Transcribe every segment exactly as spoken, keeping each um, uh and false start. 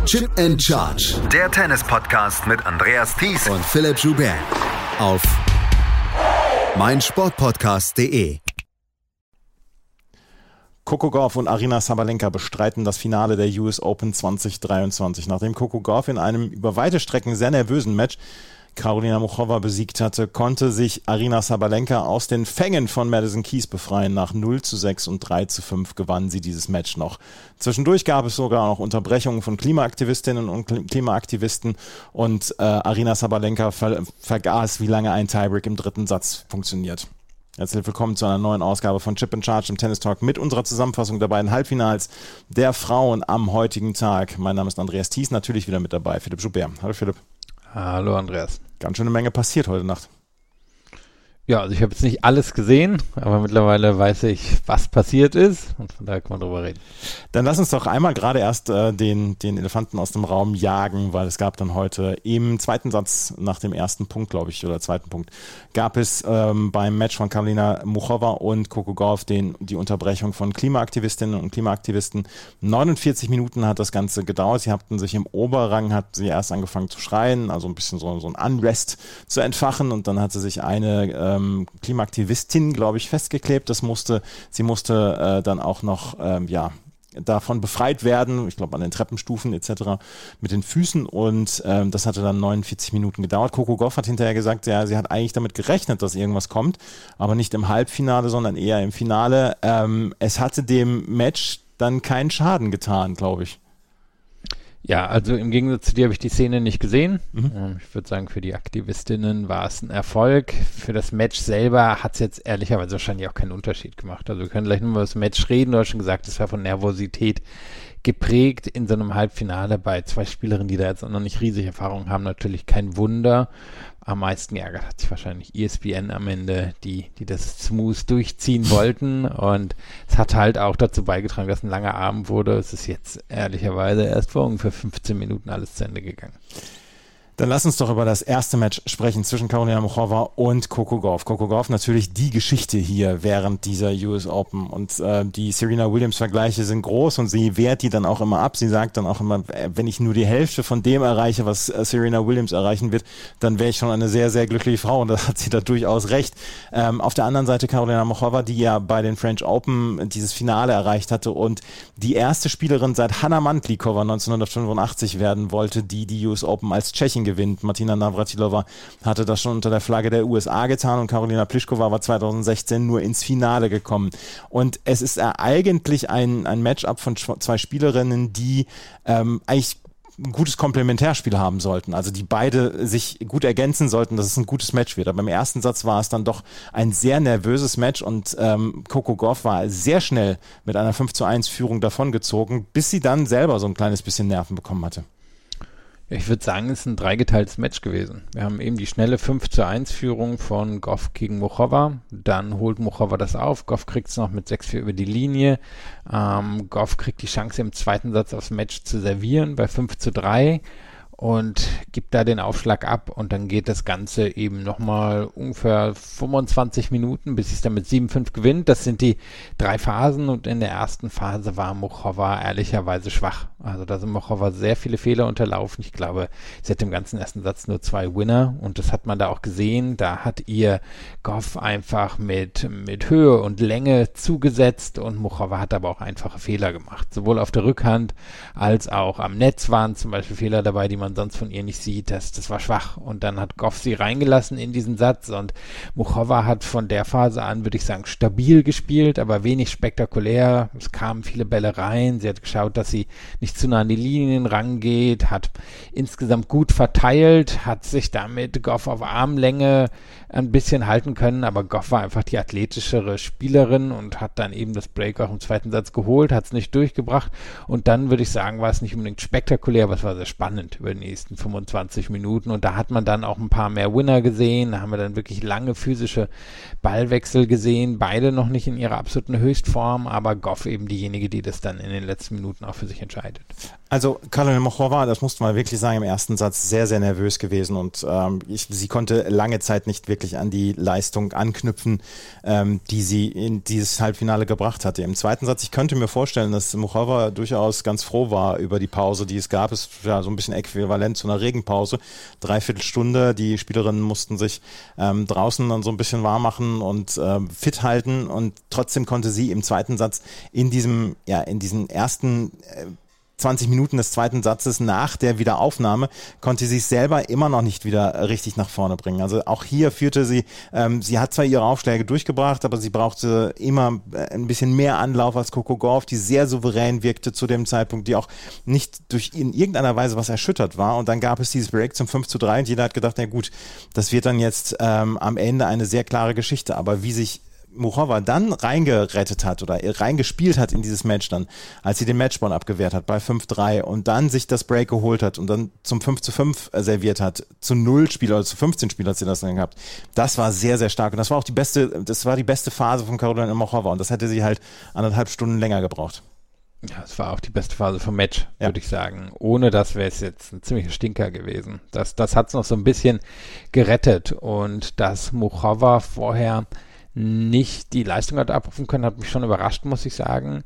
Chip and Charge. Der Tennis-Podcast mit Andreas Thies und Philipp Joubert. Auf meinsportpodcast punkt de. Coco Gauff und Aryna Sabalenka bestreiten das Finale der U S Open zwanzig dreiundzwanzig. Nachdem Coco Gauff in einem über weite Strecken sehr nervösen Match Karolina Muchova besiegt hatte, konnte sich Aryna Sabalenka aus den Fängen von Madison Keys befreien. Nach null zu sechs und drei zu fünf gewann sie dieses Match noch. Zwischendurch gab es sogar noch Unterbrechungen von Klimaaktivistinnen und Klimaaktivisten und äh, Aryna Sabalenka ver- vergaß, wie lange ein Tiebreak im dritten Satz funktioniert. Herzlich willkommen zu einer neuen Ausgabe von Chip and Charge im Tennis Talk mit unserer Zusammenfassung der beiden Halbfinals der Frauen am heutigen Tag. Mein Name ist Andreas Thies, natürlich wieder mit dabei, Philipp Joubert. Hallo Philipp. Hallo Andreas. Ganz schön eine Menge passiert heute Nacht. Ja, also ich habe jetzt nicht alles gesehen, aber mittlerweile weiß ich, was passiert ist und von daher kann man drüber reden. Dann lass uns doch einmal gerade erst äh, den, den Elefanten aus dem Raum jagen, weil es gab dann heute im zweiten Satz nach dem ersten Punkt, glaube ich, oder zweiten Punkt, gab es ähm, beim Match von Karolina Muchova und Coco Gauff den, die Unterbrechung von Klimaaktivistinnen und Klimaaktivisten. neunundvierzig Minuten hat das Ganze gedauert. Sie hatten sich im Oberrang, hat sie erst angefangen zu schreien, also ein bisschen so, so ein Unrest zu entfachen und dann hatte sich eine äh, Klimaaktivistin, glaube ich, festgeklebt. Das musste, sie musste äh, dann auch noch, ähm, ja, davon befreit werden, ich glaube an den Treppenstufen et cetera mit den Füßen und ähm, das hatte dann neunundvierzig Minuten gedauert. Coco Gauff hat hinterher gesagt, ja, sie hat eigentlich damit gerechnet, dass irgendwas kommt, aber nicht im Halbfinale, sondern eher im Finale. Ähm, es hatte dem Match dann keinen Schaden getan, glaube ich. Ja, also im Gegensatz zu dir habe ich die Szene nicht gesehen. Mhm. Ich würde sagen, für die Aktivistinnen war es ein Erfolg. Für das Match selber hat es jetzt ehrlicherweise wahrscheinlich auch keinen Unterschied gemacht. Also wir können gleich nur über das Match reden. Du hast schon gesagt, es war von Nervosität geprägt in so einem Halbfinale bei zwei Spielerinnen, die da jetzt auch noch nicht riesig Erfahrung haben. Natürlich kein Wunder. Am meisten geärgert hat sich wahrscheinlich E S P N am Ende, die, die das smooth durchziehen wollten. Und es hat halt auch dazu beigetragen, dass ein langer Abend wurde. Es ist jetzt ehrlicherweise erst vor ungefähr fünfzehn Minuten alles zu Ende gegangen. Dann lass uns doch über das erste Match sprechen zwischen Karolina Muchova und Coco Gauff. Coco Gauff natürlich die Geschichte hier während dieser U S Open und äh, die Serena Williams-Vergleiche sind groß und sie wehrt die dann auch immer ab. Sie sagt dann auch immer, wenn ich nur die Hälfte von dem erreiche, was äh, Serena Williams erreichen wird, dann wäre ich schon eine sehr, sehr glückliche Frau und da hat sie da durchaus recht. Ähm, auf der anderen Seite Karolina Muchova, die ja bei den French Open dieses Finale erreicht hatte und die erste Spielerin seit Hanna Mandlikova neunzehnhundertfünfundachtzig werden wollte, die die U S Open als Tschechin gewinnt. Martina Navratilova hatte das schon unter der Flagge der U S A getan und Karolina Pliskova war zweitausendsechzehn nur ins Finale gekommen. Und es ist eigentlich ein, ein Matchup von zwei Spielerinnen, die ähm, eigentlich ein gutes Komplementärspiel haben sollten, also die beide sich gut ergänzen sollten, dass es ein gutes Match wird. Aber im ersten Satz war es dann doch ein sehr nervöses Match und ähm, Coco Gauff war sehr schnell mit einer fünf zu eins Führung davongezogen, bis sie dann selber so ein kleines bisschen Nerven bekommen hatte. Ich würde sagen, es ist ein dreigeteiltes Match gewesen. Wir haben eben die schnelle fünf zu eins Führung von Gauff gegen Muchova. Dann holt Muchova das auf. Gauff kriegt es noch mit sechs vier über die Linie. Ähm, Gauff kriegt die Chance im zweiten Satz aufs Match zu servieren bei fünf zu drei und gibt da den Aufschlag ab und dann geht das Ganze eben nochmal ungefähr fünfundzwanzig Minuten, bis es dann mit sieben fünf gewinnt. Das sind die drei Phasen und in der ersten Phase war Muchova ehrlicherweise schwach. Also da sind Muchova sehr viele Fehler unterlaufen. Ich glaube, sie hat im ganzen ersten Satz nur zwei Winner und das hat man da auch gesehen. Da hat ihr Gauff einfach mit, mit Höhe und Länge zugesetzt und Muchova hat aber auch einfache Fehler gemacht. Sowohl auf der Rückhand als auch am Netz waren zum Beispiel Fehler dabei, die man sonst von ihr nicht sieht. Das, das war schwach. Und dann hat Gauff sie reingelassen in diesen Satz und Muchova hat von der Phase an, würde ich sagen, stabil gespielt, aber wenig spektakulär. Es kamen viele Bälle rein. Sie hat geschaut, dass sie nicht zu nah an die Linien rangeht, hat insgesamt gut verteilt, hat sich damit Gauff auf Armlänge ein bisschen halten können, aber Gauff war einfach die athletischere Spielerin und hat dann eben das Break auch im zweiten Satz geholt, hat es nicht durchgebracht und dann würde ich sagen, war es nicht unbedingt spektakulär, aber es war sehr spannend über die nächsten fünfundzwanzig Minuten und da hat man dann auch ein paar mehr Winner gesehen, da haben wir dann wirklich lange physische Ballwechsel gesehen, beide noch nicht in ihrer absoluten Höchstform, aber Gauff eben diejenige, die das dann in den letzten Minuten auch für sich entscheidet. Also Karolina Muchova, das musste man wirklich sagen, im ersten Satz sehr, sehr nervös gewesen und ähm, ich, sie konnte lange Zeit nicht wirklich an die Leistung anknüpfen, ähm, die sie in dieses Halbfinale gebracht hatte. Im zweiten Satz, ich könnte mir vorstellen, dass Muchova durchaus ganz froh war über die Pause, die es gab. Es ist ja so ein bisschen äquivalent zu einer Regenpause. Dreiviertel Stunde, die Spielerinnen mussten sich ähm, draußen dann so ein bisschen warm machen und ähm, fit halten und trotzdem konnte sie im zweiten Satz in diesem, ja, in diesen ersten äh, zwanzig Minuten des zweiten Satzes nach der Wiederaufnahme konnte sie sich selber immer noch nicht wieder richtig nach vorne bringen. Also auch hier führte sie, ähm, sie hat zwar ihre Aufschläge durchgebracht, aber sie brauchte immer ein bisschen mehr Anlauf als Coco Gauff, die sehr souverän wirkte zu dem Zeitpunkt, die auch nicht durch in irgendeiner Weise was erschüttert war. Und dann gab es dieses Break zum fünf zu drei und jeder hat gedacht, na gut, das wird dann jetzt ähm, am Ende eine sehr klare Geschichte. Aber wie sich Muchova dann reingerettet hat oder reingespielt hat in dieses Match dann, als sie den Matchball abgewehrt hat bei fünf drei und dann sich das Break geholt hat und dann zum fünf zu fünf serviert hat, zu null Spiel oder zu fünfzehn Spiel hat sie das dann gehabt. Das war sehr, sehr stark und das war auch die beste, das war die beste Phase von Karolina Muchova und das hätte sie halt anderthalb Stunden länger gebraucht. Ja, es war auch die beste Phase vom Match, ja. würde ich sagen. Ohne das wäre es jetzt ein ziemlicher Stinker gewesen. Das, das hat es noch so ein bisschen gerettet und dass Muchova vorher nicht die Leistung hat abrufen können, hat mich schon überrascht, muss ich sagen.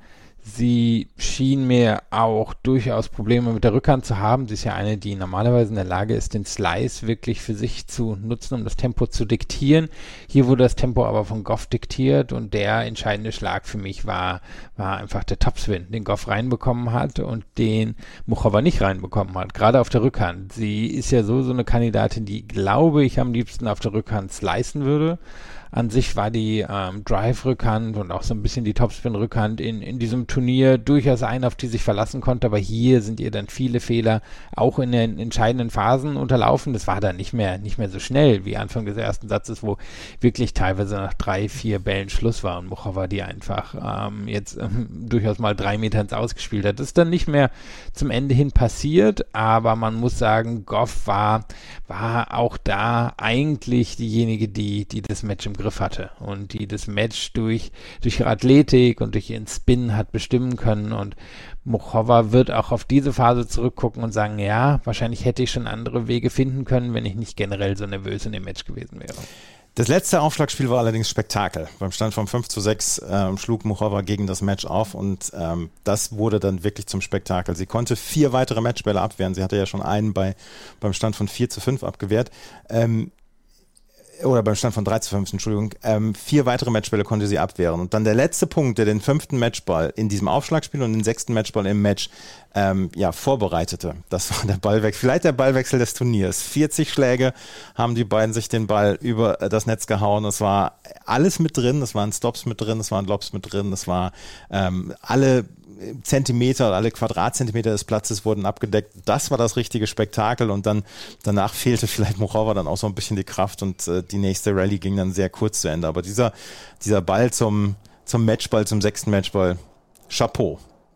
Sie schien mir auch durchaus Probleme mit der Rückhand zu haben. Sie ist ja eine, die normalerweise in der Lage ist, den Slice wirklich für sich zu nutzen, um das Tempo zu diktieren. Hier wurde das Tempo aber von Gauff diktiert und der entscheidende Schlag für mich war, war einfach der Topspin, den Gauff reinbekommen hat und den Muchova nicht reinbekommen hat, gerade auf der Rückhand. Sie ist ja so, so eine Kandidatin, die, glaube ich, am liebsten auf der Rückhand slicen würde. An sich war die ähm, Drive-Rückhand und auch so ein bisschen die Topspin-Rückhand in, in diesem Turnier durchaus eine, auf die sich verlassen konnte, aber hier sind ihr dann viele Fehler auch in den entscheidenden Phasen unterlaufen. Das war dann nicht mehr, nicht mehr so schnell wie Anfang des ersten Satzes, wo wirklich teilweise nach drei, vier Bällen Schluss war und Muchova die einfach ähm, jetzt ähm, durchaus mal drei Meter ins Ausgespielt hat. Das ist dann nicht mehr zum Ende hin passiert, aber man muss sagen, Gauff war, war auch da eigentlich diejenige, die, die das Match im Griff hatte und die das Match durch, durch ihre Athletik und durch ihren Spin hat bestimmen können und Muchova wird auch auf diese Phase zurückgucken und sagen, ja, wahrscheinlich hätte ich schon andere Wege finden können, wenn ich nicht generell so nervös in dem Match gewesen wäre. Das letzte Aufschlagspiel war allerdings Spektakel. Beim Stand von fünf zu sechs ähm, schlug Muchova gegen das Match auf und ähm, das wurde dann wirklich zum Spektakel. Sie konnte vier weitere Matchbälle abwehren. Sie hatte ja schon einen bei, beim Stand von vier zu fünf abgewehrt. Ähm, oder beim Stand von drei zu fünf, Entschuldigung, ähm, vier weitere Matchbälle konnte sie abwehren. Und dann der letzte Punkt, der den fünften Matchball in diesem Aufschlagspiel und den sechsten Matchball im Match ähm, ja, vorbereitete. Das war der Ballwechsel, vielleicht der Ballwechsel des Turniers. vierzig Schläge haben die beiden sich den Ball über das Netz gehauen. Es war alles mit drin, es waren Stops mit drin, es waren Lobs mit drin, es war ähm, alle Zentimeter, alle Quadratzentimeter des Platzes wurden abgedeckt. Das war das richtige Spektakel und dann danach fehlte vielleicht Muchova dann auch so ein bisschen die Kraft und äh, die nächste Rallye ging dann sehr kurz zu Ende. Aber dieser, dieser Ball zum, zum Matchball, zum sechsten Matchball, Chapeau.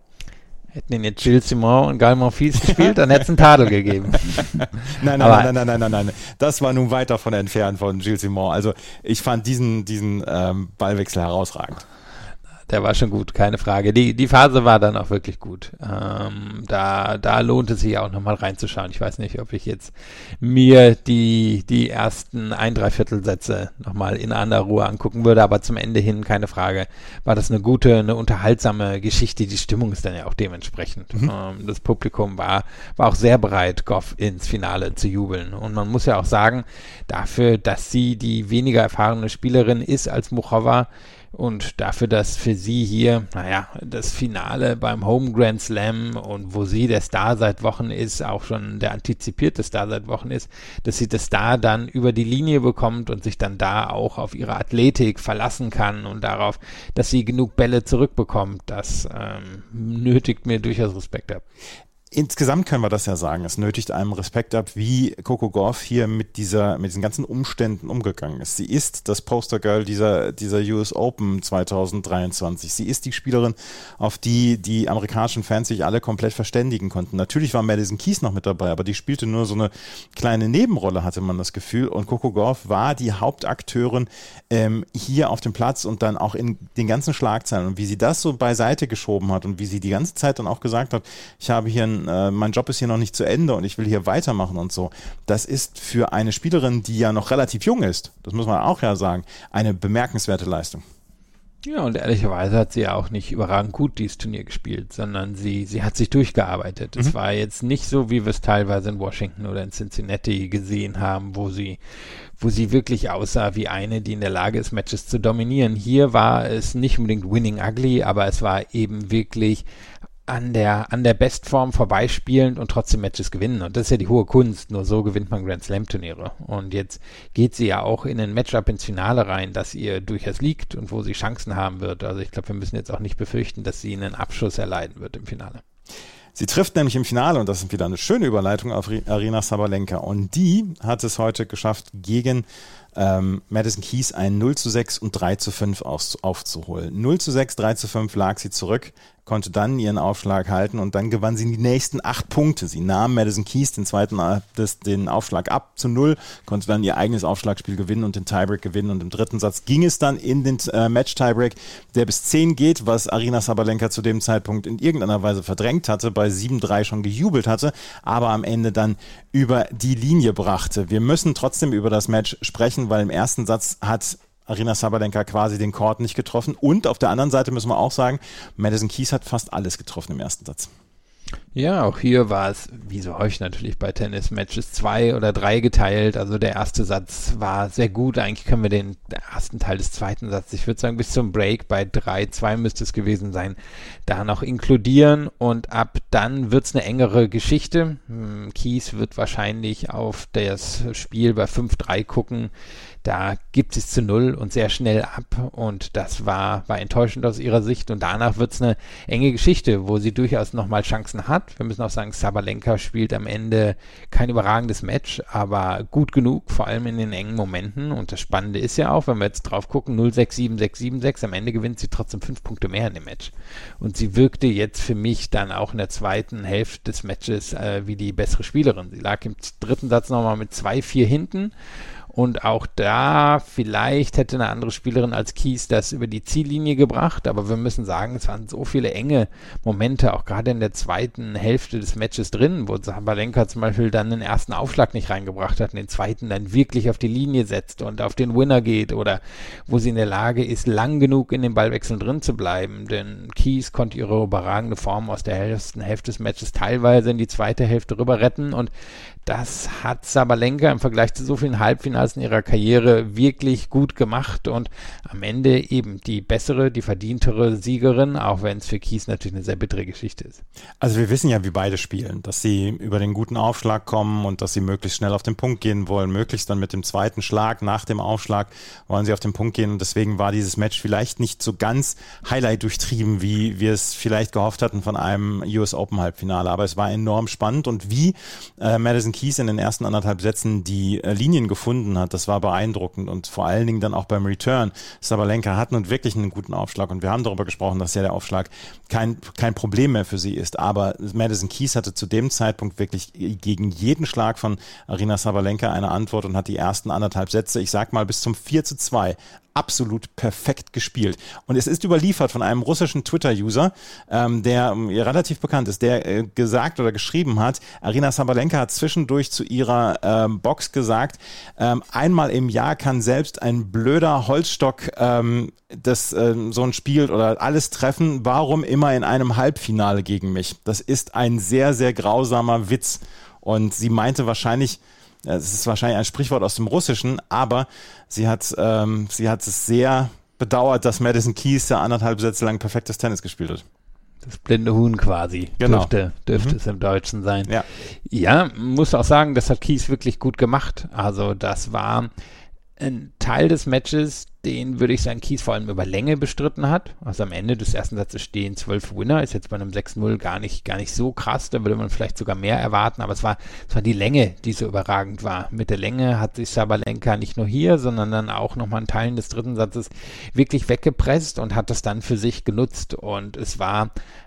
Hätten ihn jetzt Gilles Simon und Gael Monfils gespielt, dann hätte es einen Tadel gegeben. Nein, nein, nein, nein, nein, nein, nein. Das war nun weit davon entfernt von Gilles Simon. Also ich fand diesen, diesen ähm, Ballwechsel herausragend. Der war schon gut, keine Frage. Die, die Phase war dann auch wirklich gut. Ähm, da, da lohnt es sich auch nochmal reinzuschauen. Ich weiß nicht, ob ich jetzt mir die, die ersten ein, dreiviertel Sätze nochmal in aller Ruhe angucken würde, aber zum Ende hin, keine Frage, war das eine gute, eine unterhaltsame Geschichte. Die Stimmung ist dann ja auch dementsprechend. Mhm. Ähm, das Publikum war, war auch sehr bereit, Gauff ins Finale zu jubeln. Und man muss ja auch sagen, dafür, dass sie die weniger erfahrene Spielerin ist als Muchova, und dafür, dass für sie hier, naja, das Finale beim Home Grand Slam und wo sie der Star seit Wochen ist, auch schon der antizipierte Star seit Wochen ist, dass sie das da dann über die Linie bekommt und sich dann da auch auf ihre Athletik verlassen kann und darauf, dass sie genug Bälle zurückbekommt, das ähm, nötigt mir durchaus Respekt ab. Insgesamt können wir das ja sagen, es nötigt einem Respekt ab, wie Coco Gauff hier mit dieser, mit diesen ganzen Umständen umgegangen ist. Sie ist das Postergirl dieser, dieser U S Open zwanzig dreiundzwanzig. Sie ist die Spielerin, auf die die amerikanischen Fans sich alle komplett verständigen konnten. Natürlich war Madison Keys noch mit dabei, aber die spielte nur so eine kleine Nebenrolle, hatte man das Gefühl. Und Coco Gauff war die Hauptakteurin ähm, hier auf dem Platz und dann auch in den ganzen Schlagzeilen. Und wie sie das so beiseite geschoben hat und wie sie die ganze Zeit dann auch gesagt hat, ich habe hier ein mein, äh, mein Job ist hier noch nicht zu Ende und ich will hier weitermachen und so. Das ist für eine Spielerin, die ja noch relativ jung ist, das muss man auch ja sagen, eine bemerkenswerte Leistung. Ja, und ehrlicherweise hat sie ja auch nicht überragend gut dieses Turnier gespielt, sondern sie, sie hat sich durchgearbeitet. Mhm. Es war jetzt nicht so, wie wir es teilweise in Washington oder in Cincinnati gesehen haben, wo sie, wo sie wirklich aussah wie eine, die in der Lage ist, Matches zu dominieren. Hier war es nicht unbedingt winning ugly, aber es war eben wirklich an der, an der Bestform vorbeispielend und trotzdem Matches gewinnen. Und das ist ja die hohe Kunst. Nur so gewinnt man Grand Slam Turniere. Und jetzt geht sie ja auch in ein Matchup ins Finale rein, das ihr durchaus liegt und wo sie Chancen haben wird. Also ich glaube, wir müssen jetzt auch nicht befürchten, dass sie einen Abschuss erleiden wird im Finale. Sie trifft nämlich im Finale, und das ist wieder eine schöne Überleitung, auf Aryna Sabalenka. Und die hat es heute geschafft, gegen ähm, Madison Keys ein null zu sechs und drei zu fünf aus, aufzuholen. null zu sechs, drei zu fünf lag sie zurück, konnte dann ihren Aufschlag halten und dann gewann sie die nächsten acht Punkte. Sie nahm Madison Keys den zweiten des, den Aufschlag ab zu null, konnte dann ihr eigenes Aufschlagspiel gewinnen und den Tiebreak gewinnen. Und im dritten Satz ging es dann in den äh, Match-Tiebreak, der bis zehn geht, was Aryna Sabalenka zu dem Zeitpunkt in irgendeiner Weise verdrängt hatte, bei sieben drei schon gejubelt hatte, aber am Ende dann über die Linie brachte. Wir müssen trotzdem über das Match sprechen, weil im ersten Satz hat Aryna Sabalenka quasi den Court nicht getroffen. Und auf der anderen Seite müssen wir auch sagen, Madison Keys hat fast alles getroffen im ersten Satz. Ja, auch hier war es, wie so häufig natürlich bei Tennis-Matches, zwei oder drei geteilt. Also der erste Satz war sehr gut. Eigentlich können wir den ersten Teil des zweiten Satzes, ich würde sagen bis zum Break bei drei zwei müsste es gewesen sein, da noch inkludieren. Und ab dann wird es eine engere Geschichte. Keys wird wahrscheinlich auf das Spiel bei fünf drei gucken. Da gibt es zu null und sehr schnell ab und das war, war enttäuschend aus ihrer Sicht und danach wird es eine enge Geschichte, wo sie durchaus nochmal Chancen hat. Wir müssen auch sagen, Sabalenka spielt am Ende kein überragendes Match, aber gut genug, vor allem in den engen Momenten und das Spannende ist ja auch, wenn wir jetzt drauf gucken, null sechs sieben sechs sieben sechs, am Ende gewinnt sie trotzdem fünf Punkte mehr in dem Match und sie wirkte jetzt für mich dann auch in der zweiten Hälfte des Matches äh, wie die bessere Spielerin. Sie lag im dritten Satz nochmal mit zwei vier hinten. Und auch da vielleicht hätte eine andere Spielerin als Keys das über die Ziellinie gebracht, aber wir müssen sagen, es waren so viele enge Momente, auch gerade in der zweiten Hälfte des Matches drin, wo Sabalenka zum Beispiel dann den ersten Aufschlag nicht reingebracht hat und den zweiten dann wirklich auf die Linie setzt und auf den Winner geht oder wo sie in der Lage ist, lang genug in den Ballwechseln drin zu bleiben, denn Keys konnte ihre überragende Form aus der ersten Hälfte des Matches teilweise in die zweite Hälfte rüber retten und das hat Sabalenka im Vergleich zu so vielen Halbfinals in ihrer Karriere wirklich gut gemacht und am Ende eben die bessere, die verdientere Siegerin, auch wenn es für Keys natürlich eine sehr bittere Geschichte ist. Also wir wissen ja, wie beide spielen, dass sie über den guten Aufschlag kommen und dass sie möglichst schnell auf den Punkt gehen wollen, möglichst dann mit dem zweiten Schlag nach dem Aufschlag wollen sie auf den Punkt gehen und deswegen war dieses Match vielleicht nicht so ganz Highlight durchtrieben, wie wir es vielleicht gehofft hatten von einem U S Open Halbfinale, aber es war enorm spannend und wie äh, Madison Keys in den ersten anderthalb Sätzen die äh, Linien gefunden hat, das war beeindruckend und vor allen Dingen dann auch beim Return. Sabalenka hat nun wirklich einen guten Aufschlag und wir haben darüber gesprochen, dass ja der Aufschlag kein, kein Problem mehr für sie ist, aber Madison Keys hatte zu dem Zeitpunkt wirklich gegen jeden Schlag von Aryna Sabalenka eine Antwort und hat die ersten anderthalb Sätze, ich sag mal bis zum vier zu zwei absolut perfekt gespielt. Und es ist überliefert von einem russischen Twitter-User, ähm, der ähm, relativ bekannt ist, der äh, gesagt oder geschrieben hat, Aryna Sabalenka hat zwischendurch zu ihrer ähm, Box gesagt, ähm, einmal im Jahr kann selbst ein blöder Holzstock ähm, das ähm, so ein Spiel oder alles treffen, warum immer in einem Halbfinale gegen mich? Das ist ein sehr, sehr grausamer Witz. Und sie meinte wahrscheinlich, es ist wahrscheinlich ein Sprichwort aus dem Russischen, aber sie hat, ähm, sie hat es sehr bedauert, dass Madison Keys ja anderthalb Sätze lang perfektes Tennis gespielt hat. Das blinde Huhn quasi, genau. dürfte, dürfte mhm. es im Deutschen sein. Ja. ja, muss auch sagen, das hat Keys wirklich gut gemacht. Also das war ein Teil des Matches, den würde ich sagen, Keys vor allem über Länge bestritten hat. Also am Ende des ersten Satzes stehen zwölf Winner, ist jetzt bei einem sechs null gar nicht, gar nicht so krass, da würde man vielleicht sogar mehr erwarten, aber es war, es war die Länge, die so überragend war. Mit der Länge hat sich Sabalenka nicht nur hier, sondern dann auch nochmal in Teilen des dritten Satzes wirklich weggepresst und hat das dann für sich genutzt und es war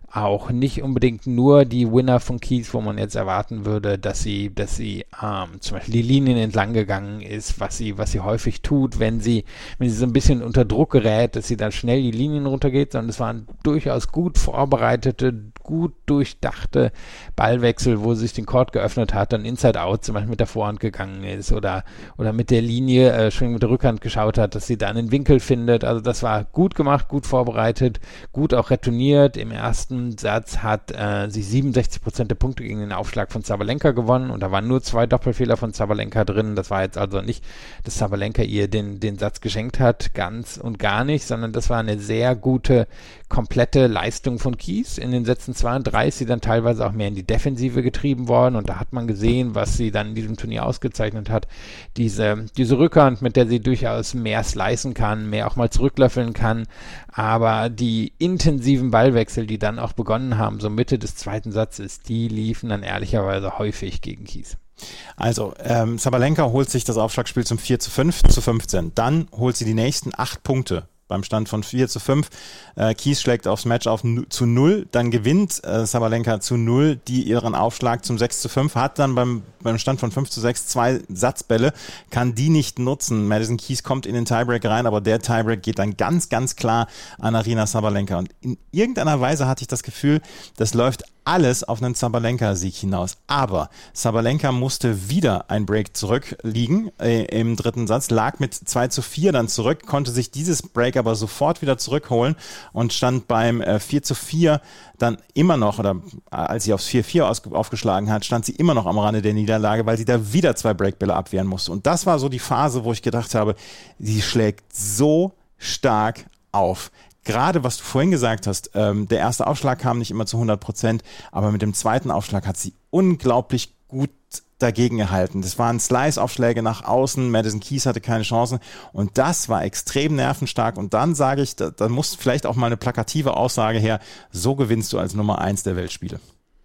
auch nicht unbedingt nur die Winner von Keys, wo man jetzt erwarten würde, dass sie, dass sie ähm, zum Beispiel die Linien entlang gegangen ist, was sie, was sie häufig tut, wenn sie, wenn sie so ein bisschen unter Druck gerät, dass sie dann schnell die Linien runtergeht, sondern es waren durchaus gut vorbereitete, gut durchdachte Ballwechsel, wo sie sich den Court geöffnet hat, dann Inside-Out zum Beispiel mit der Vorhand gegangen ist oder, oder mit der Linie, äh, schon mit der Rückhand geschaut hat, dass sie dann einen Winkel findet. Also das war gut gemacht, gut vorbereitet, gut auch retourniert. Im ersten Satz hat äh, sie siebenundsechzig Prozent der Punkte gegen den Aufschlag von Sabalenka gewonnen und da waren nur zwei Doppelfehler von Sabalenka drin. Das war jetzt also nicht, dass Sabalenka ihr den, den Satz geschenkt hat, ganz und gar nicht, sondern das war eine sehr gute, komplette Leistung von Keys. In den Sätzen zwei und drei ist sie dann teilweise auch mehr in die Defensive getrieben worden und da hat man gesehen, was sie dann in diesem Turnier ausgezeichnet hat. Diese, diese Rückhand, mit der sie durchaus mehr slicen kann, mehr auch mal zurücklöffeln kann, aber die intensiven Ballwechsel, die dann auch begonnen haben, so Mitte des zweiten Satzes, die liefen dann ehrlicherweise häufig gegen Keys. Also, ähm, Sabalenka holt sich das Aufschlagspiel zum vier zu fünf zu fünfzehn. Dann holt sie die nächsten acht Punkte beim Stand von vier zu fünf. Äh, Keys schlägt aufs Match auf zu null. Dann gewinnt äh, Sabalenka zu null, die ihren Aufschlag zum sechs zu fünf hat. Dann beim, beim Stand von fünf zu sechs zwei Satzbälle, kann die nicht nutzen. Madison Keys kommt in den Tiebreak rein, aber der Tiebreak geht dann ganz, ganz klar an Aryna Sabalenka. Und in irgendeiner Weise hatte ich das Gefühl, das läuft alles auf einen Sabalenka-Sieg hinaus. Aber Sabalenka musste wieder ein Break zurückliegen äh, im dritten Satz, lag mit zwei zu vier dann zurück, konnte sich dieses Break aber sofort wieder zurückholen und stand beim äh, vier zu vier dann immer noch, oder äh, als sie aufs vier vier aus, aufgeschlagen hat, stand sie immer noch am Rande der Niederlage, weil sie da wieder zwei Breakbälle abwehren musste. Und das war so die Phase, wo ich gedacht habe, sie schlägt so stark auf. Gerade was du vorhin gesagt hast, ähm, der erste Aufschlag kam nicht immer zu hundert Prozent, aber mit dem zweiten Aufschlag hat sie unglaublich gut dagegen gehalten. Das waren Slice-Aufschläge nach außen, Madison Keys hatte keine Chancen und das war extrem nervenstark und dann sage ich, da, da muss vielleicht auch mal eine plakative Aussage her, so gewinnst du als Nummer eins der Weltspiele.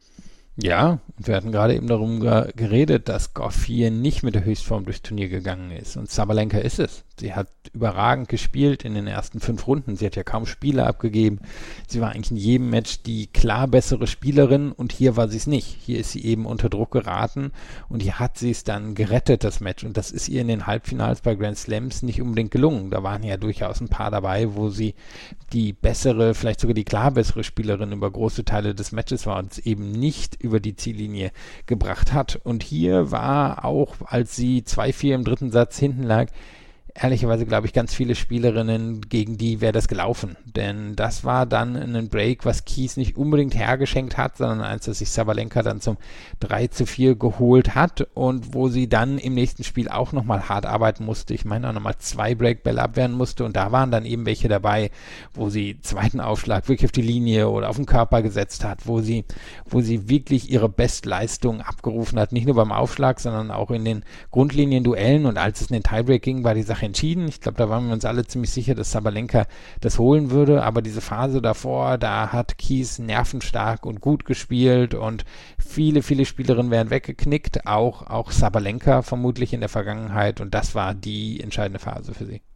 Ja, wir hatten gerade eben darum ge- geredet, dass Gauff hier nicht mit der Höchstform durchs Turnier gegangen ist. Und Sabalenka ist es. Sie hat überragend gespielt in den ersten fünf Runden. Sie hat ja kaum Spiele abgegeben. Sie war eigentlich in jedem Match die klar bessere Spielerin und hier war sie es nicht. Hier ist sie eben unter Druck geraten und hier hat sie es dann gerettet, das Match. Und das ist ihr in den Halbfinals bei Grand Slams nicht unbedingt gelungen. Da waren ja durchaus ein paar dabei, wo sie die bessere, vielleicht sogar die klar bessere Spielerin über große Teile des Matches war und es eben nicht über die Ziellinie gebracht hat. Und hier war auch, als sie zwei vier im dritten Satz hinten lag, ehrlicherweise glaube ich, ganz viele Spielerinnen, gegen die wäre das gelaufen. Denn das war dann ein Break, was Keys nicht unbedingt hergeschenkt hat, sondern eins, das sich Sabalenka dann zum drei zu vier geholt hat und wo sie dann im nächsten Spiel auch nochmal hart arbeiten musste. Ich meine auch nochmal zwei Breakbälle abwehren musste und da waren dann eben welche dabei, wo sie zweiten Aufschlag wirklich auf die Linie oder auf den Körper gesetzt hat, wo sie, wo sie wirklich ihre Bestleistung abgerufen hat. Nicht nur beim Aufschlag, sondern auch in den Grundlinien-Duellen und als es in den Tiebreak ging, war die Sache entschieden. Ich glaube, da waren wir uns alle ziemlich sicher, dass Sabalenka das holen würde, aber diese Phase davor, da hat Keys nervenstark und gut gespielt und viele, viele Spielerinnen wären weggeknickt, auch, auch Sabalenka vermutlich in der Vergangenheit und das war die entscheidende Phase für sie.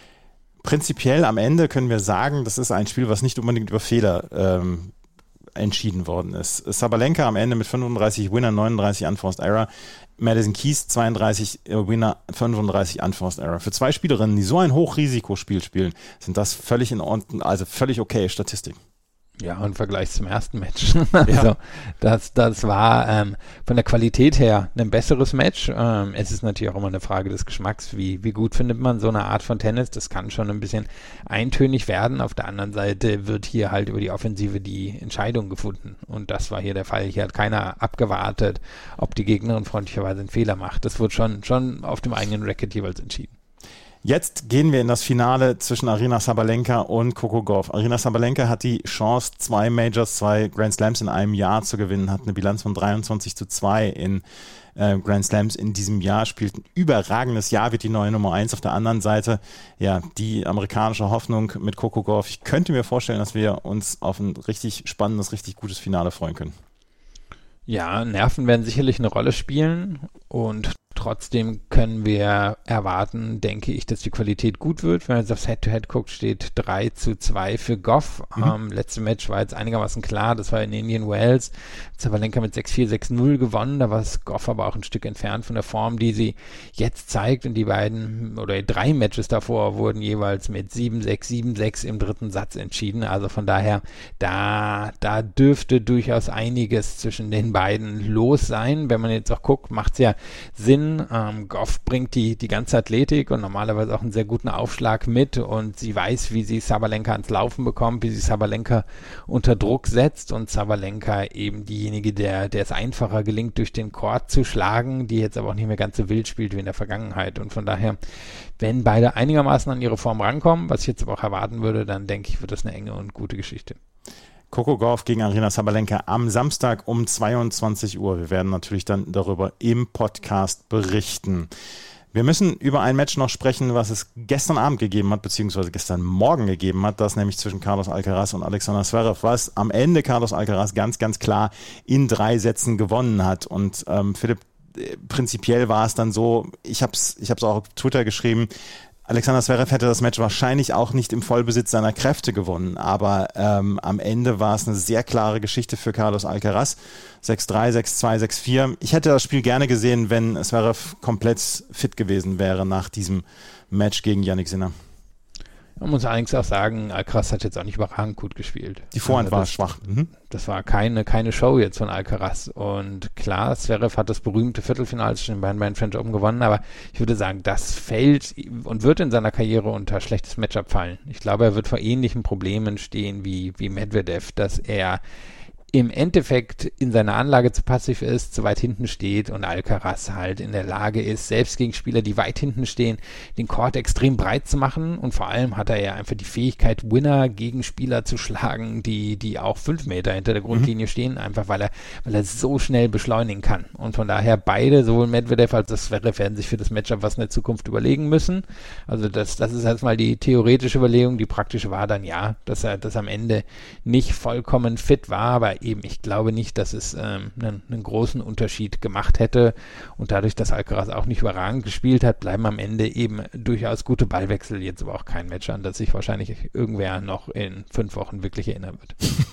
Prinzipiell am Ende können wir sagen, das ist ein Spiel, was nicht unbedingt über Fehler ähm, entschieden worden ist. Sabalenka am Ende mit fünfunddreißig Winner, neununddreißig Unforced Error. Madison Keys zweiunddreißig Winner, fünfunddreißig Unforced Error. Für zwei Spielerinnen, die so ein Hochrisikospiel spielen, sind das völlig in Ordnung, also völlig okay Statistiken. Ja, und im Vergleich zum ersten Match. Also ja. das, das war ähm, von der Qualität her ein besseres Match. Ähm, es ist natürlich auch immer eine Frage des Geschmacks, wie, wie gut findet man so eine Art von Tennis. Das kann schon ein bisschen eintönig werden. Auf der anderen Seite wird hier halt über die Offensive die Entscheidung gefunden. Und das war hier der Fall. Hier hat keiner abgewartet, ob die Gegnerin freundlicherweise einen Fehler macht. Das wird schon, schon auf dem eigenen Racket jeweils entschieden. Jetzt gehen wir in das Finale zwischen Aryna Sabalenka und Coco Gauff. Aryna Sabalenka hat die Chance, zwei Majors, zwei Grand Slams in einem Jahr zu gewinnen, hat eine Bilanz von dreiundzwanzig zu zwei in äh, Grand Slams in diesem Jahr, spielt ein überragendes Jahr, wird die neue Nummer eins. Auf der anderen Seite, ja, die amerikanische Hoffnung mit Coco Gauff. Ich könnte mir vorstellen, dass wir uns auf ein richtig spannendes, richtig gutes Finale freuen können. Ja, Nerven werden sicherlich eine Rolle spielen und trotzdem können wir erwarten, denke ich, dass die Qualität gut wird. Wenn man jetzt aufs Head-to-Head guckt, steht drei zu zwei für Goff. Mhm. Ähm, letzte Match war jetzt einigermaßen klar, das war in Indian Wells. Sabalenka mit sechs vier, sechs null gewonnen, da war es Goff aber auch ein Stück entfernt von der Form, die sie jetzt zeigt. Und die beiden oder drei Matches davor wurden jeweils mit sieben sechs, sieben sechs im dritten Satz entschieden. Also von daher, da, da dürfte durchaus einiges zwischen den beiden los sein. Wenn man jetzt auch guckt, macht es ja Sinn. Ähm, Goff bringt die, die ganze Athletik und normalerweise auch einen sehr guten Aufschlag mit und sie weiß, wie sie Sabalenka ans Laufen bekommt, wie sie Sabalenka unter Druck setzt und Sabalenka eben diejenige, der, der es einfacher gelingt, durch den Court zu schlagen, die jetzt aber auch nicht mehr ganz so wild spielt wie in der Vergangenheit. Und von daher, wenn beide einigermaßen an ihre Form rankommen, was ich jetzt aber auch erwarten würde, dann denke ich, wird das eine enge und gute Geschichte. Coco Gauff gegen Aryna Sabalenka am Samstag um zweiundzwanzig Uhr. Wir werden natürlich dann darüber im Podcast berichten. Wir müssen über ein Match noch sprechen, was es gestern Abend gegeben hat, beziehungsweise gestern Morgen gegeben hat, das nämlich zwischen Carlos Alcaraz und Alexander Zverev, was am Ende Carlos Alcaraz ganz, ganz klar in drei Sätzen gewonnen hat. Und ähm, Philipp, prinzipiell war es dann so, ich habe es ich hab's auch auf Twitter geschrieben, Alexander Zverev hätte das Match wahrscheinlich auch nicht im Vollbesitz seiner Kräfte gewonnen, aber ähm, am Ende war es eine sehr klare Geschichte für Carlos Alcaraz. sechs drei, sechs zwei, sechs vier. Ich hätte das Spiel gerne gesehen, wenn Zverev komplett fit gewesen wäre nach diesem Match gegen Jannik Sinner. Man muss allerdings auch sagen, Alcaraz hat jetzt auch nicht überragend gut gespielt. Die Vorhand also war das, schwach. Mhm. Das war keine, keine Show jetzt von Alcaraz. Und klar, Zverev hat das berühmte Viertelfinale zwischen den beiden beiden French Open gewonnen, aber ich würde sagen, das fällt und wird in seiner Karriere unter schlechtes Matchup fallen. Ich glaube, er wird vor ähnlichen Problemen stehen wie, wie Medvedev, dass er im Endeffekt in seiner Anlage zu passiv ist, zu weit hinten steht und Alcaraz halt in der Lage ist, selbst gegen Spieler, die weit hinten stehen, den Court extrem breit zu machen und vor allem hat er ja einfach die Fähigkeit, Winner gegen Spieler zu schlagen, die, die auch fünf Meter hinter der Grundlinie mhm. stehen, einfach weil er, weil er so schnell beschleunigen kann. Und von daher beide, sowohl Medvedev als auch Zverev, werden sich für das Matchup was in der Zukunft überlegen müssen. Also das, das ist erstmal die theoretische Überlegung, die praktische war dann ja, dass er das am Ende nicht vollkommen fit war, aber eben, ich glaube nicht, dass es ähm, einen, einen großen Unterschied gemacht hätte und dadurch, dass Alcaraz auch nicht überragend gespielt hat, bleiben am Ende eben durchaus gute Ballwechsel, jetzt aber auch kein Match an, das sich wahrscheinlich irgendwer noch in fünf Wochen wirklich erinnern wird.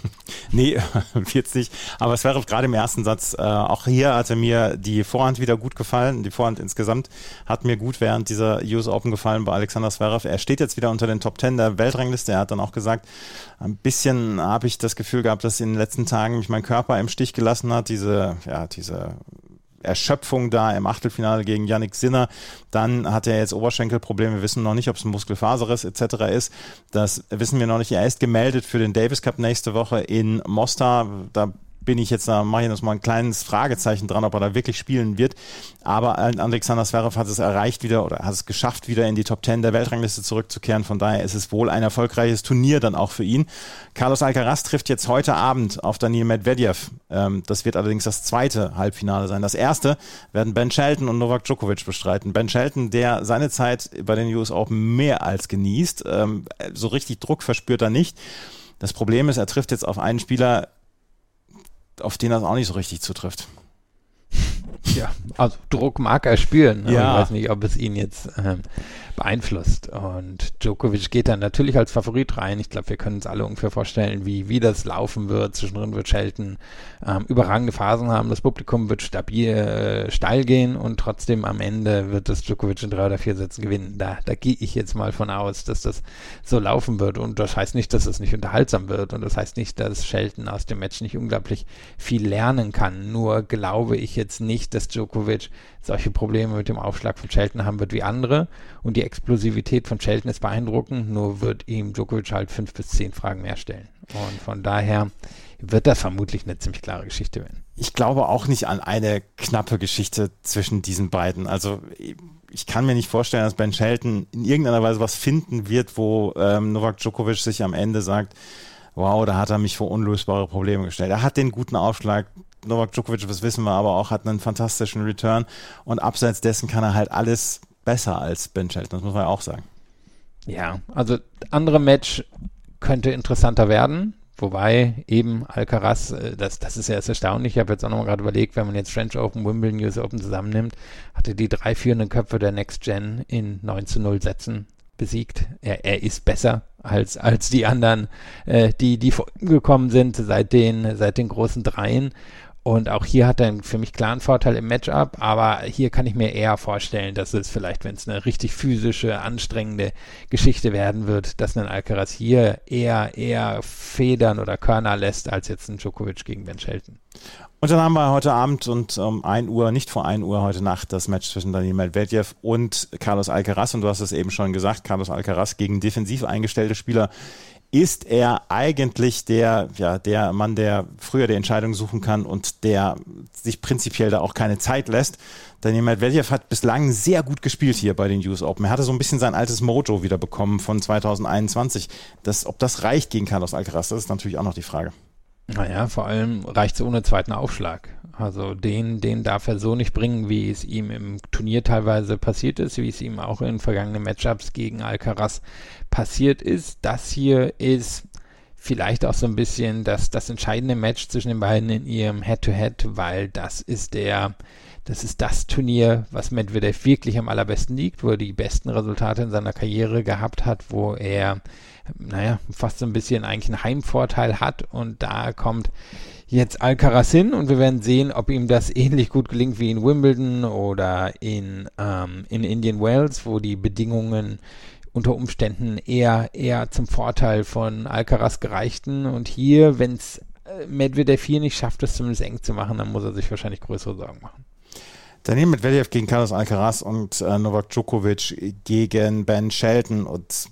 Nee, wird's nicht. Aber Zverev gerade im ersten Satz, äh, auch hier hatte mir die Vorhand wieder gut gefallen. Die Vorhand insgesamt hat mir gut während dieser U S Open gefallen bei Alexander Zverev. Er steht jetzt wieder unter den Top Ten der Weltrangliste. Er hat dann auch gesagt, ein bisschen habe ich das Gefühl gehabt, dass in den letzten Tagen mich mein Körper im Stich gelassen hat. Diese, ja, diese Erschöpfung da im Achtelfinale gegen Jannik Sinner. Dann hat er jetzt Oberschenkelprobleme. Wir wissen noch nicht, ob es ein Muskelfaserriss et cetera ist. Das wissen wir noch nicht. Er ist gemeldet für den Davis Cup nächste Woche in Mostar. Da bin ich jetzt, da mache ich jetzt mal ein kleines Fragezeichen dran, ob er da wirklich spielen wird. Aber Alexander Zverev hat es erreicht wieder oder hat es geschafft, wieder in die Top Ten der Weltrangliste zurückzukehren. Von daher ist es wohl ein erfolgreiches Turnier dann auch für ihn. Carlos Alcaraz trifft jetzt heute Abend auf Daniil Medvedev. Das wird allerdings das zweite Halbfinale sein. Das erste werden Ben Shelton und Novak Djokovic bestreiten. Ben Shelton, der seine Zeit bei den U S Open mehr als genießt. So richtig Druck verspürt er nicht. Das Problem ist, er trifft jetzt auf einen Spieler, auf den das auch nicht so richtig zutrifft. Ja, also Druck mag er spüren, aber ja. Ich weiß nicht, ob es ihn jetzt ähm, beeinflusst. Und Djokovic geht dann natürlich als Favorit rein. Ich glaube, wir können uns alle ungefähr vorstellen, wie, wie das laufen wird. Zwischendrin wird Shelton ähm, überragende Phasen haben. Das Publikum wird stabil äh, steil gehen und trotzdem am Ende wird das Djokovic in drei oder vier Sätzen gewinnen. Da, da gehe ich jetzt mal von aus, dass das so laufen wird. Und das heißt nicht, dass es nicht unterhaltsam wird. Und das heißt nicht, dass Shelton aus dem Match nicht unglaublich viel lernen kann. Nur glaube ich jetzt nicht, dass Djokovic solche Probleme mit dem Aufschlag von Shelton haben wird wie andere. Und die Explosivität von Shelton ist beeindruckend, nur wird ihm Djokovic halt fünf bis zehn Fragen mehr stellen. Und von daher wird das vermutlich eine ziemlich klare Geschichte werden. Ich glaube auch nicht an eine knappe Geschichte zwischen diesen beiden. Also ich kann mir nicht vorstellen, dass Ben Shelton in irgendeiner Weise was finden wird, wo ähm, Novak Djokovic sich am Ende sagt, wow, da hat er mich vor unlösbare Probleme gestellt. Er hat den guten Aufschlag. Novak Djokovic, das wissen wir aber auch, hat einen fantastischen Return und abseits dessen kann er halt alles besser als Ben Shelton, das muss man ja auch sagen. Ja, also andere Match könnte interessanter werden. Wobei eben Alcaraz, das, das ist ja erst erstaunlich, ich habe jetzt auch noch mal gerade überlegt, wenn man jetzt French Open, Wimbledon, U S Open zusammennimmt, hatte die drei führenden Köpfe der Next Gen in neun zu null Sätzen besiegt. Er, er ist besser als, als die anderen, äh, die, die vor ihm gekommen sind seit den, seit den großen Dreien. Und auch hier hat er für mich klaren Vorteil im Matchup, aber hier kann ich mir eher vorstellen, dass es vielleicht, wenn es eine richtig physische, anstrengende Geschichte werden wird, dass ein Alcaraz hier eher, eher Federn oder Körner lässt, als jetzt ein Djokovic gegen Ben Shelton. Und dann haben wir heute Abend und um ein Uhr, nicht vor ein Uhr, heute Nacht das Match zwischen Daniil Medvedev und Carlos Alcaraz. Und du hast es eben schon gesagt, Carlos Alcaraz gegen defensiv eingestellte Spieler. Ist er eigentlich der, ja, der Mann, der früher die Entscheidung suchen kann und der sich prinzipiell da auch keine Zeit lässt? Daniil Medvedev hat bislang sehr gut gespielt hier bei den U S Open. Er hatte so ein bisschen sein altes Mojo wieder bekommen von zwanzig einundzwanzig. Das, ob das reicht gegen Carlos Alcaraz, das ist natürlich auch noch die Frage. Naja, vor allem reicht es ohne zweiten Aufschlag. Also den, den darf er so nicht bringen, wie es ihm im Turnier teilweise passiert ist, wie es ihm auch in vergangenen Matchups gegen Alcaraz passiert ist. Das hier ist vielleicht auch so ein bisschen das, das entscheidende Match zwischen den beiden in ihrem Head-to-Head, weil das ist der, das ist das Turnier, was Medvedev wirklich am allerbesten liegt, wo er die besten Resultate in seiner Karriere gehabt hat, wo er, naja, fast so ein bisschen eigentlich einen Heimvorteil hat, und da kommt jetzt Alcaraz hin und wir werden sehen, ob ihm das ähnlich gut gelingt wie in Wimbledon oder in, ähm, in Indian Wells, wo die Bedingungen unter Umständen eher, eher zum Vorteil von Alcaraz gereichten. Und hier, wenn es Medvedev hier nicht schafft, es zumindest eng zu machen, dann muss er sich wahrscheinlich größere Sorgen machen. Daniil Medvedev gegen Carlos Alcaraz und äh, Novak Djokovic gegen Ben Shelton. Und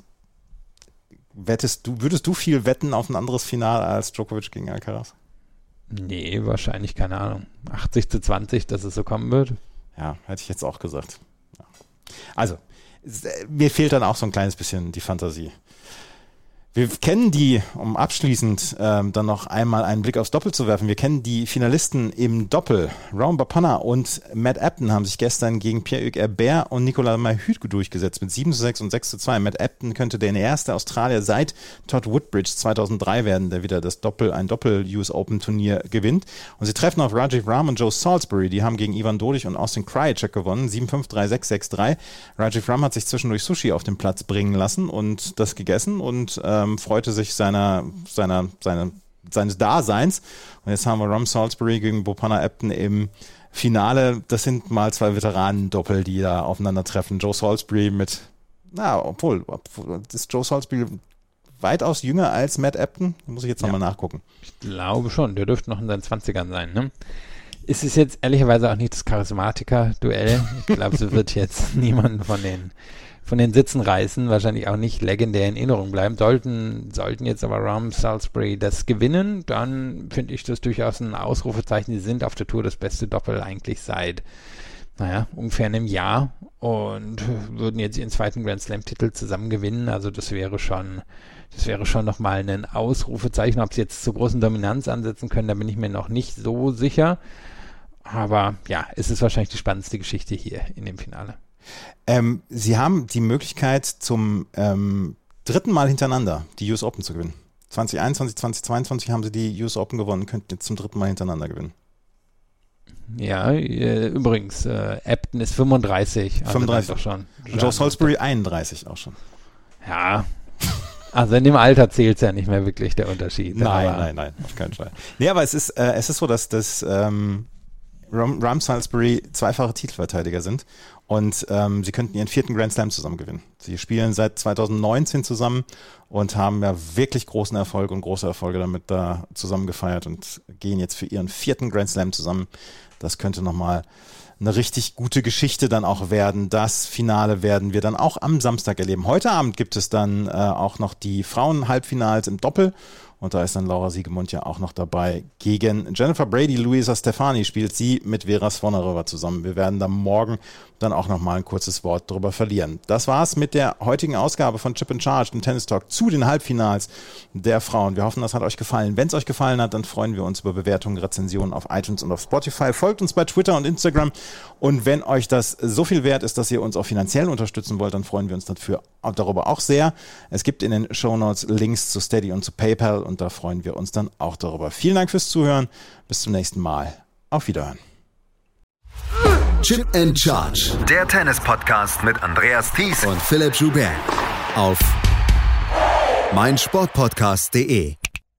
wettest du, würdest du viel wetten auf ein anderes Finale als Djokovic gegen Alcaraz? Nee, wahrscheinlich, keine Ahnung. achtzig zu zwanzig, dass es so kommen wird. Ja, hätte ich jetzt auch gesagt. Ja. Also, mir fehlt dann auch so ein kleines bisschen die Fantasie. Wir kennen die, um abschließend ähm, dann noch einmal einen Blick aufs Doppel zu werfen, wir kennen die Finalisten im Doppel. Raoul Bopanna und Matt Ebden haben sich gestern gegen Pierre-Hugues Herbert und Nicolas Mahut durchgesetzt mit sieben zu sechs und sechs zu zwei. Matt Ebden könnte der erste Australier seit Todd Woodbridge zweitausenddrei werden, der wieder das Doppel, ein Doppel-U S Open Turnier gewinnt. Und sie treffen auf Rajiv Ram und Joe Salisbury. Die haben gegen Ivan Dodig und Austin Krajicek gewonnen. sieben fünf, drei sechs, sechs drei. Rajiv Ram hat sich zwischendurch Sushi auf den Platz bringen lassen und das gegessen und ähm, freute sich seiner, seiner, seiner, seines Daseins. Und jetzt haben wir Ram Salisbury gegen Bopanna Ebden im Finale. Das sind mal zwei Veteranen-Doppel, die da aufeinandertreffen. Joe Salisbury mit, na, obwohl, ist Joe Salisbury weitaus jünger als Matt Ebden? Da muss ich jetzt nochmal ja. nachgucken. Ich glaube schon, der dürfte noch in seinen zwanzigern sein, ne? Es ist jetzt ehrlicherweise auch nicht das Charismatiker-Duell. Ich glaube, es wird jetzt niemanden von den von den Sitzen reißen, wahrscheinlich auch nicht legendär in Erinnerung bleiben. Sollten, sollten jetzt aber Ram Salisbury das gewinnen, dann finde ich das durchaus ein Ausrufezeichen. Sie sind auf der Tour das beste Doppel eigentlich seit, naja, ungefähr einem Jahr und würden jetzt ihren zweiten Grand Slam-Titel zusammen gewinnen. Also das wäre schon, das wäre schon nochmal ein Ausrufezeichen. Ob sie jetzt zur großen Dominanz ansetzen können, da bin ich mir noch nicht so sicher. Aber ja, es ist wahrscheinlich die spannendste Geschichte hier in dem Finale. Ähm, Sie haben die Möglichkeit zum ähm, dritten Mal hintereinander die U S Open zu gewinnen. zwanzig einundzwanzig, zwanzig zweiundzwanzig haben Sie die U S Open gewonnen, könnten jetzt zum dritten Mal hintereinander gewinnen. Ja, äh, übrigens, äh, Ebden ist fünfunddreißig. Also fünfunddreißig doch schon. Und Joe Salisbury einunddreißig auch schon. Ja, also in dem Alter zählt es ja nicht mehr wirklich der Unterschied. Nein, nein, nein, auf keinen Fall. Nee, aber es ist, äh, es ist so, dass das ähm, Ram, Ram Salisbury zweifache Titelverteidiger sind und ähm, sie könnten ihren vierten Grand Slam zusammen gewinnen. Sie spielen seit zweitausendneunzehn zusammen und haben ja wirklich großen Erfolg und große Erfolge damit da zusammen gefeiert und gehen jetzt für ihren vierten Grand Slam zusammen. Das könnte nochmal eine richtig gute Geschichte dann auch werden. Das Finale werden wir dann auch am Samstag erleben. Heute Abend gibt es dann äh, auch noch die Frauen-Halbfinals im Doppel. Und da ist dann Laura Siegemund ja auch noch dabei. Gegen Jennifer Brady, Luisa Stefani spielt sie mit Vera Svonareva zusammen. Wir werden da morgen dann auch nochmal ein kurzes Wort drüber verlieren. Das war's mit der heutigen Ausgabe von Chip and Charge, dem Tennis Talk zu den Halbfinals der Frauen. Wir hoffen, das hat euch gefallen. Wenn es euch gefallen hat, dann freuen wir uns über Bewertungen, Rezensionen auf iTunes und auf Spotify. Folgt uns bei Twitter und Instagram. Und wenn euch das so viel wert ist, dass ihr uns auch finanziell unterstützen wollt, dann freuen wir uns dafür darüber auch sehr. Es gibt in den Shownotes Links zu Steady und zu PayPal und und da freuen wir uns dann auch darüber. Vielen Dank fürs Zuhören. Bis zum nächsten Mal. Auf Wiederhören. Chip and Charge. Der Tennis-Podcast mit Andreas Thies und Philipp Joubert. Auf meinsportpodcast punkt de.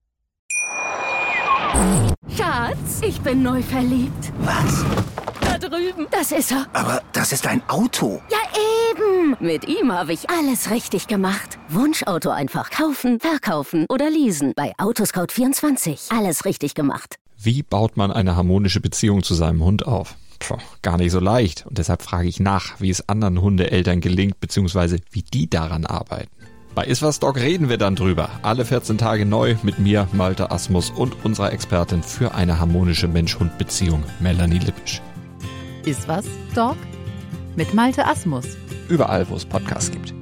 Schatz, ich bin neu verliebt. Was? Da drüben. Das ist er. Aber das ist ein Auto. Ja, eben. Mit ihm habe ich alles richtig gemacht. Wunschauto einfach kaufen, verkaufen oder leasen. Bei Autoscout vierundzwanzig. Alles richtig gemacht. Wie baut man eine harmonische Beziehung zu seinem Hund auf? Puh, gar nicht so leicht. Und deshalb frage ich nach, wie es anderen Hundeeltern gelingt, beziehungsweise wie die daran arbeiten. Bei Iswas Dog reden wir dann drüber. Alle vierzehn Tage neu mit mir, Malte Asmus und unserer Expertin für eine harmonische Mensch-Hund-Beziehung, Melanie Lippisch. Iswas Dog mit Malte Asmus. Überall, wo es Podcasts gibt.